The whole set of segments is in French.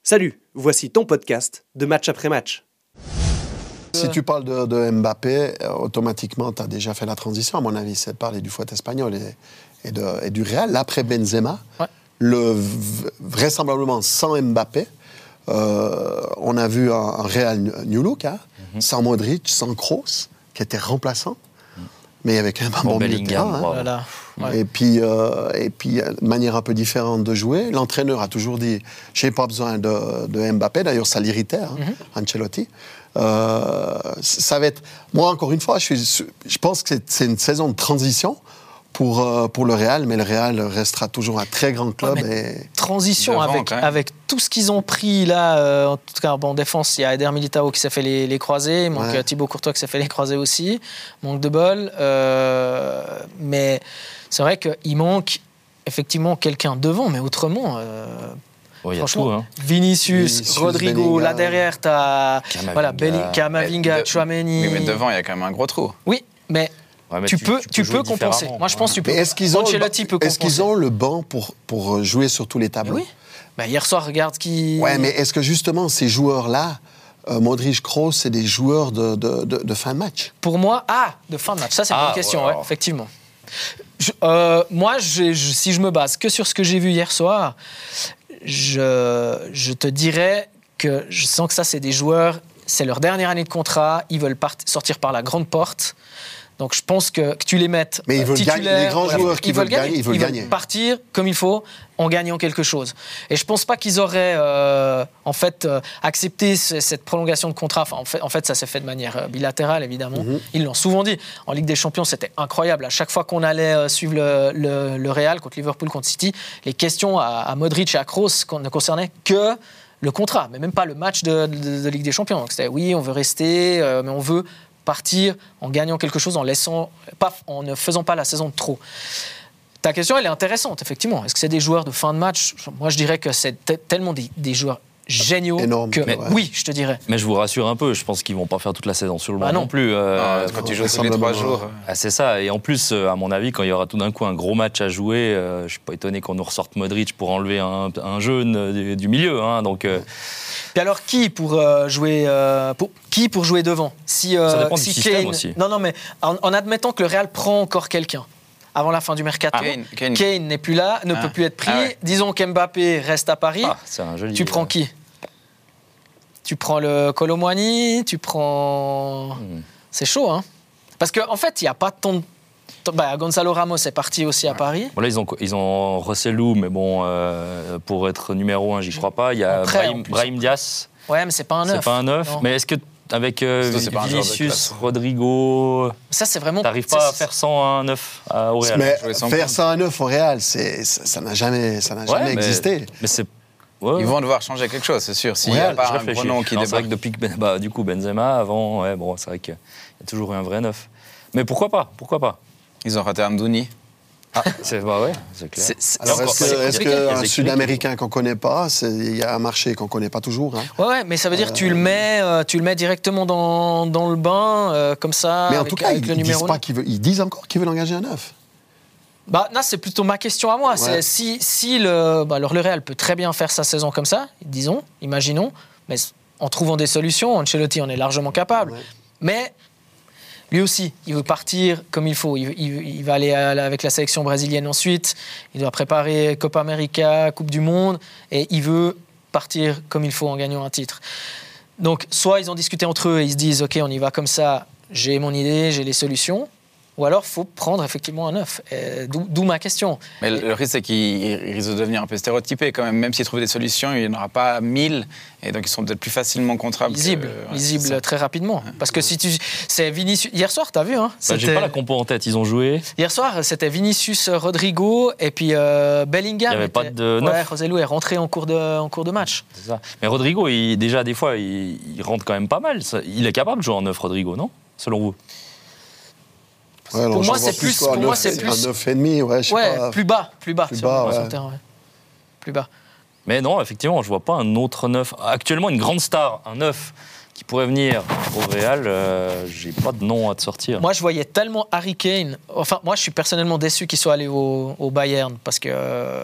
Salut, voici ton podcast de match après match. Si tu parles de Mbappé, automatiquement, tu as déjà fait la transition, à mon avis. C'est de parler du foot espagnol et du Real. Après Benzema, vraisemblablement sans Mbappé, on a vu un Real New Look, sans Modric, sans Kroos, qui était remplaçant, mais avec un bon milieu de terrain. Voilà. Ouais. Et puis, manière un peu différente de jouer. L'entraîneur a toujours dit « j'ai pas besoin de Mbappé ». D'ailleurs, ça l'irritait, Ancelotti. Ça va être... Moi, encore une fois, je pense que c'est une saison de transition pour le Real, mais le Real restera toujours un très grand club. Transition avec tout ce qu'ils ont pris là, en tout cas en défense, il y a Eder Militao qui s'est fait les croisés, il manque Thibaut Courtois qui s'est fait les croisés aussi, manque de bol, mais c'est vrai qu'il manque effectivement quelqu'un devant, mais autrement... Il y a tout, hein. Vinicius, Rodrigo, là derrière, tu as Camavinga, Tchouaméni. Oui, mais devant, il y a quand même un gros trou. Oui, mais tu peux compenser. Moi, je pense que tu peux. Est-ce qu'ils ont le banc pour jouer sur tous les tableaux? Oui. Hier soir, regarde qui... Ouais, mais est-ce que justement, ces joueurs-là, Modric, Kroos, c'est des joueurs de fin de match? Pour moi, de fin de match. Ça, c'est une bonne question, effectivement. Moi, si je me base que sur ce que j'ai vu hier soir... Je te dirais que je sens que ça, c'est des joueurs, c'est leur dernière année de contrat, ils veulent sortir par la grande porte. Donc je pense que tu les mettes mais ils veulent gagner, les grands joueurs qui veulent gagner, ils veulent partir comme il faut en gagnant quelque chose. Et je pense pas qu'ils auraient accepté cette prolongation de contrat. En fait, ça s'est fait de manière bilatérale, évidemment. Ils l'ont souvent dit. En Ligue des Champions, c'était incroyable. À chaque fois qu'on allait suivre le Real contre Liverpool, contre City, les questions à Modric et à Kroos ne concernaient que le contrat, mais même pas le match de Ligue des Champions. Donc c'était oui, on veut rester, mais on veut partir en gagnant quelque chose, en ne faisant pas la saison de trop. Ta question, elle est intéressante, effectivement. Est-ce que c'est des joueurs de fin de match? Moi, je dirais que c'est tellement des joueurs géniaux que oui, je te dirais. Mais je vous rassure un peu, je pense qu'ils vont pas faire toute la saison sur le banc non plus. Quand tu joues tous les 3 jours. C'est ça. Et en plus, à mon avis, quand il y aura tout d'un coup un gros match à jouer, je suis pas étonné qu'on nous ressorte Modric pour enlever un jeune du milieu. Donc. Puis alors, qui pour jouer devant? Ça dépend du système aussi. Non, mais en admettant que le Real prend encore quelqu'un avant la fin du mercato. Kane n'est plus là, ne peut plus être pris. Disons qu'Mbappé reste à Paris. Tu prends qui? Tu prends le Kolo Muani, tu prends... C'est chaud, hein? Parce qu'en fait, il n'y a pas tant de... Gonzalo Ramos est parti aussi à Paris. Bon, là, ils ont Rossellou, mais bon, pour être numéro 1, j'y crois pas. Il y a Brahim Diaz. Ouais, mais c'est pas un 9. C'est pas un 9. Mais est-ce que avec Vinicius, Rodrigo, ça c'est vraiment... T'arrives pas à faire 109 au Real? Mais faire 109 au Real, ça n'a jamais existé. Mais c'est... Ils vont devoir changer quelque chose, c'est sûr. S'il n'y a pas un gros nom qui débarque. C'est vrai que depuis du coup Benzema, avant, c'est vrai qu'il y a toujours eu un vrai 9. Mais pourquoi pas? Ils ont raté Amdouni. C'est clair. Alors, est-ce qu'un Sud-Américain qu'on ne connaît pas, il y a un marché qu'on ne connaît pas toujours, hein? Ouais, mais ça veut dire que tu le mets directement dans le bain, comme ça. Mais en tout cas, ils disent encore qu'ils veulent engager un 9. Là, c'est plutôt ma question à moi. Ouais. C'est si le Real peut très bien faire sa saison comme ça, imaginons, mais en trouvant des solutions, Ancelotti en est largement capable. Ouais. Mais lui aussi, il veut partir comme il faut. Il va aller avec la sélection brésilienne ensuite. Il doit préparer Copa América, Coupe du Monde, et il veut partir comme il faut en gagnant un titre. Donc, soit ils ont discuté entre eux et ils se disent « Ok, on y va comme ça, j'ai mon idée, j'ai les solutions ». Ou alors, il faut prendre effectivement un 9. D'où ma question. Mais le risque, c'est qu'il risque de devenir un peu stéréotypé quand même. Même s'ils trouvent des solutions, il n'y en aura pas 1000. Et donc, ils sont peut-être plus facilement contrables. Lisibles très rapidement. Parce que c'est Vinicius... Hier soir, tu as vu, hein, j'ai pas la compo en tête. Ils ont joué. Hier soir, c'était Vinicius, Rodrigo et puis Bellingham. Il n'y avait pas de 9. Rossellou est rentré en cours de match. C'est ça. Mais Rodrigo, déjà, des fois, il rentre quand même pas mal. Il est capable de jouer en 9, Rodrigo, non? Selon vous? Ouais, pour moi, c'est plus. Un 9,5, je sais pas. Plus bas sur le terrain. Plus bas. Mais non, effectivement, je vois pas un autre 9. Actuellement, une grande star, un 9 qui pourrait venir au Real, j'ai pas de nom à te sortir. Moi, je voyais tellement Harry Kane. Enfin, moi, je suis personnellement déçu qu'il soit allé au Bayern parce que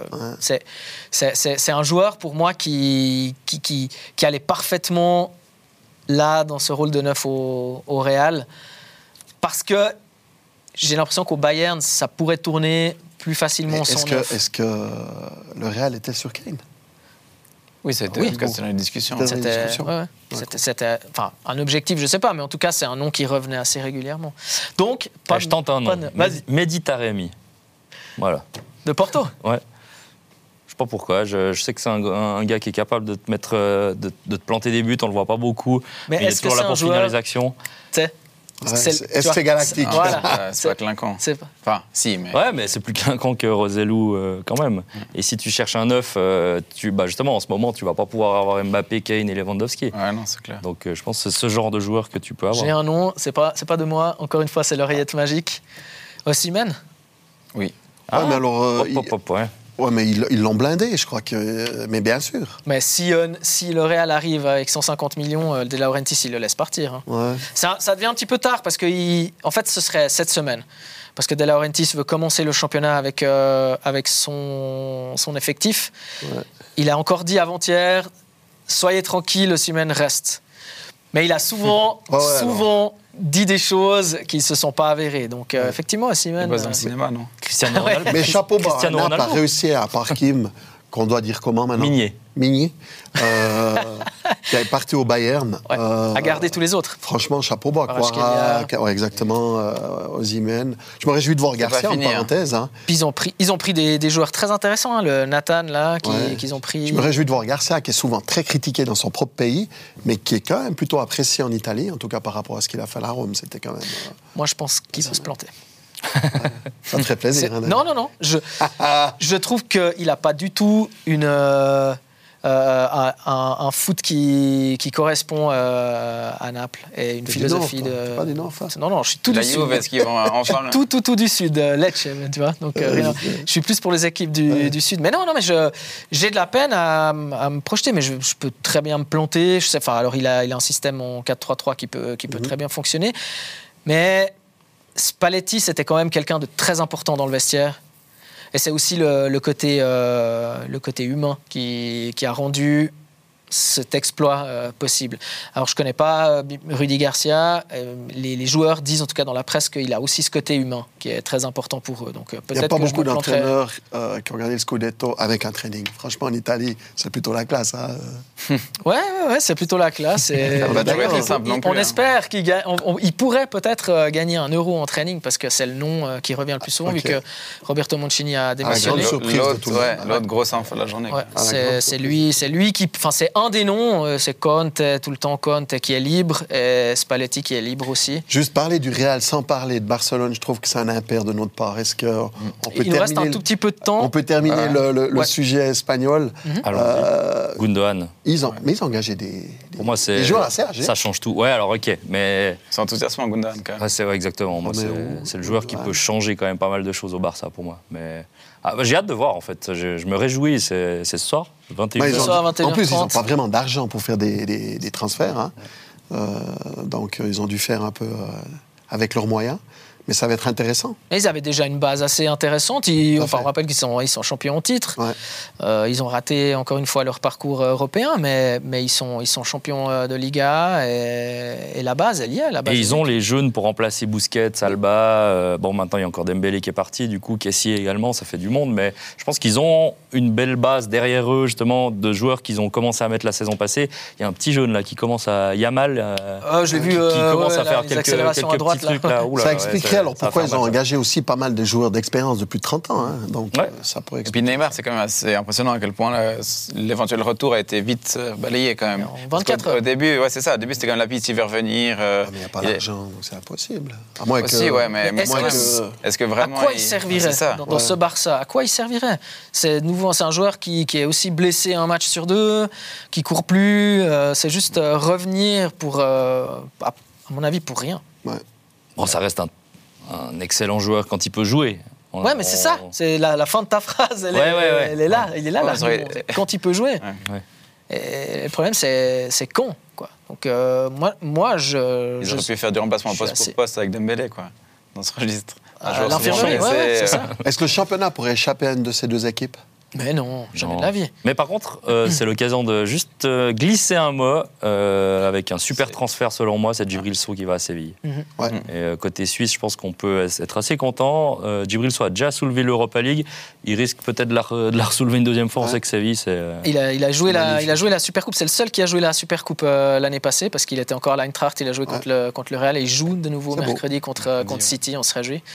c'est un joueur pour moi qui allait parfaitement là dans ce rôle de neuf au Real, parce que j'ai l'impression qu'au Bayern, ça pourrait tourner plus facilement sans neuf. Est-ce que le Real était sur Kane? Oui, c'était en tout cas, c'était une discussion. C'était un objectif, je ne sais pas, mais en tout cas, c'est un nom qui revenait assez régulièrement. Donc, je tente un nom. Mehdi Taremi. Voilà. De Porto? Ouais. Je sais pas pourquoi. Je sais que c'est un gars qui est capable de te mettre, de te planter des buts. On le voit pas beaucoup. Mais il est toujours là pour finir les actions. FC Galactique. Voilà. C'est pas clinquant. Enfin, si, mais... Ouais, mais c'est plus clinquant que Rosellou quand même. Et si tu cherches un neuf, justement, en ce moment, tu vas pas pouvoir avoir Mbappé, Kane et Lewandowski. Ouais, non, c'est clair. Donc, je pense que c'est ce genre de joueur que tu peux avoir. J'ai un nom, c'est pas de moi. Encore une fois, c'est l'oreillette magique. Osimhen? Oui. Mais alors... Ouais, mais ils l'ont blindé, je crois que... Mais bien sûr. Mais si le Real arrive avec 150 millions, De Laurentiis, il le laisse partir. Hein. Ouais. Ça devient un petit peu tard, parce que en fait, ce serait cette semaine. Parce que De Laurentiis veut commencer le championnat avec son effectif. Ouais. Il a encore dit avant-hier, soyez tranquille, Osimhen reste. Mais il a souvent dit des choses qui ne se sont pas avérées. Donc, effectivement, Osimhen... dans le cinéma, non? Cristiano Ronaldo. Mais chapeau bas, Naples a réussi à part Kim, qu'on doit dire comment maintenant? Migné. Qui est parti au Bayern. À garder tous les autres. Franchement, chapeau bas. Exactement. Osimhen. Je me réjouis de voir Garcia, en parenthèse. Hein. Puis ils ont pris des joueurs très intéressants. Hein, le Nathan, là, qu'ils ont pris. Je me réjouis de voir Garcia, qui est souvent très critiqué dans son propre pays, mais qui est quand même plutôt apprécié en Italie, en tout cas par rapport à ce qu'il a fait à la Rome. C'était quand même... Moi, je pense qu'il peut se planter. Ça me ferait plaisir. Non. Je trouve qu'il n'a pas du tout un foot qui correspond à Naples et une philosophie de... Pas du Nord, Non, je suis tout du sud. Est-ce qu'ils vont ensemble? tout du sud, Lecce, tu vois. Donc, rien. Je suis plus pour les équipes du sud. Mais non, mais j'ai de la peine à me projeter, mais je peux très bien me planter. Je sais, alors il a un système en 4-3-3 qui peut très bien fonctionner. Mais Spalletti, c'était quand même quelqu'un de très important dans le vestiaire. Et c'est aussi le côté humain qui a rendu cet exploit possible. Alors, je ne connais pas Rudy Garcia. Les joueurs disent, en tout cas dans la presse, qu'il a aussi ce côté humain qui est très important pour eux. Donc, il n'y a pas beaucoup d'entraîneurs qui ont regardé le Scudetto avec un training. Franchement, en Italie, c'est plutôt la classe. Hein. Ouais, c'est plutôt la classe. Et on espère qu'il pourrait peut-être gagner un euro en training, parce que c'est le nom qui revient le plus souvent, vu que Roberto Mancini a démissionné. L'autre grosse info de la journée. Ouais, c'est lui qui... Enfin, c'est un des noms, c'est Conte, tout le temps Conte qui est libre, et Spalletti qui est libre aussi. Juste parler du Real sans parler de Barcelone, je trouve que c'est un impair de notre part. Est-ce qu'on peut Il nous reste un tout petit peu de temps. On peut terminer le sujet espagnol. Gundogan. Mais ils ont engagé des joueurs assez âgés. Ça change tout. Ouais, alors ok, mais... C'est enthousiasmant, Gundogan, quand même. C'est exactement. Moi, c'est le joueur qui peut changer quand même pas mal de choses au Barça, pour moi. Mais... j'ai hâte de voir, en fait. Je me réjouis. C'est ce soir, 21h. En plus, ils n'ont pas vraiment d'argent pour faire des transferts. Hein. Donc, ils ont dû faire un peu avec leurs moyens. Mais ça va être intéressant. Mais ils avaient déjà une base assez intéressante. On rappelle qu'ils sont champions en titre. Ouais. Ils ont raté, encore une fois, leur parcours européen, mais ils sont champions de Liga, et la base, elle y est. Et ils ont les jeunes pour remplacer Busquets, Alba. Maintenant, il y a encore Dembélé qui est parti. Du coup, Kessie également, ça fait du monde. Mais je pense qu'ils ont une belle base derrière eux, justement, de joueurs qu'ils ont commencé à mettre la saison passée. Il y a un petit jeune là qui commence à... Yamal, je l'ai vu, qui commence à faire quelques petits trucs là. Ça expliquerait alors pourquoi ils ont engagé aussi pas mal de joueurs d'expérience de plus de 30 ans. Hein. Donc, ça pourrait expliquer. Et puis Neymar, c'est quand même assez impressionnant à quel point l'éventuel retour a été vite balayé quand même. En 24 heures. Au début, c'est ça. Au début, c'était quand même la piste, il veut revenir. Mais il n'y a pas d'argent, donc c'est impossible. À moins aussi, mais est-ce que vraiment... À quoi il servirait dans ce Barça? À quoi il servirait? C'est un joueur qui est aussi blessé un match sur deux, qui court plus. C'est juste revenir pour, à mon avis, pour rien. Ouais. Bon, ça reste un excellent joueur quand il peut jouer. Mais c'est ça, c'est la fin de ta phrase, elle est là, il est là, quand il peut jouer. Ouais. Et le problème, c'est quand quoi. Donc moi je. Ils auraient pu faire du remplacement poste pour poste avec Dembélé, quoi, dans ce registre. L'infirmerie, ouais, c'est ça. Est-ce que le championnat pourrait échapper à une de ces deux équipes ? Mais non, jamais de la vie. Mais par contre, c'est l'occasion de juste glisser un mot avec un super transfert selon moi, c'est Djibril Sow qui va à Séville. Ouais. Et côté suisse, je pense qu'on peut être assez content. Djibril Sow a déjà soulevé l'Europa League. Il risque peut-être de la soulever une deuxième fois. On sait que Séville, c'est... Il a joué la Supercoupe. C'est le seul qui a joué la Supercoupe l'année passée parce qu'il était encore à l'Eintracht. Il a joué contre le Real et il joue de nouveau mercredi contre City. On se réjouit.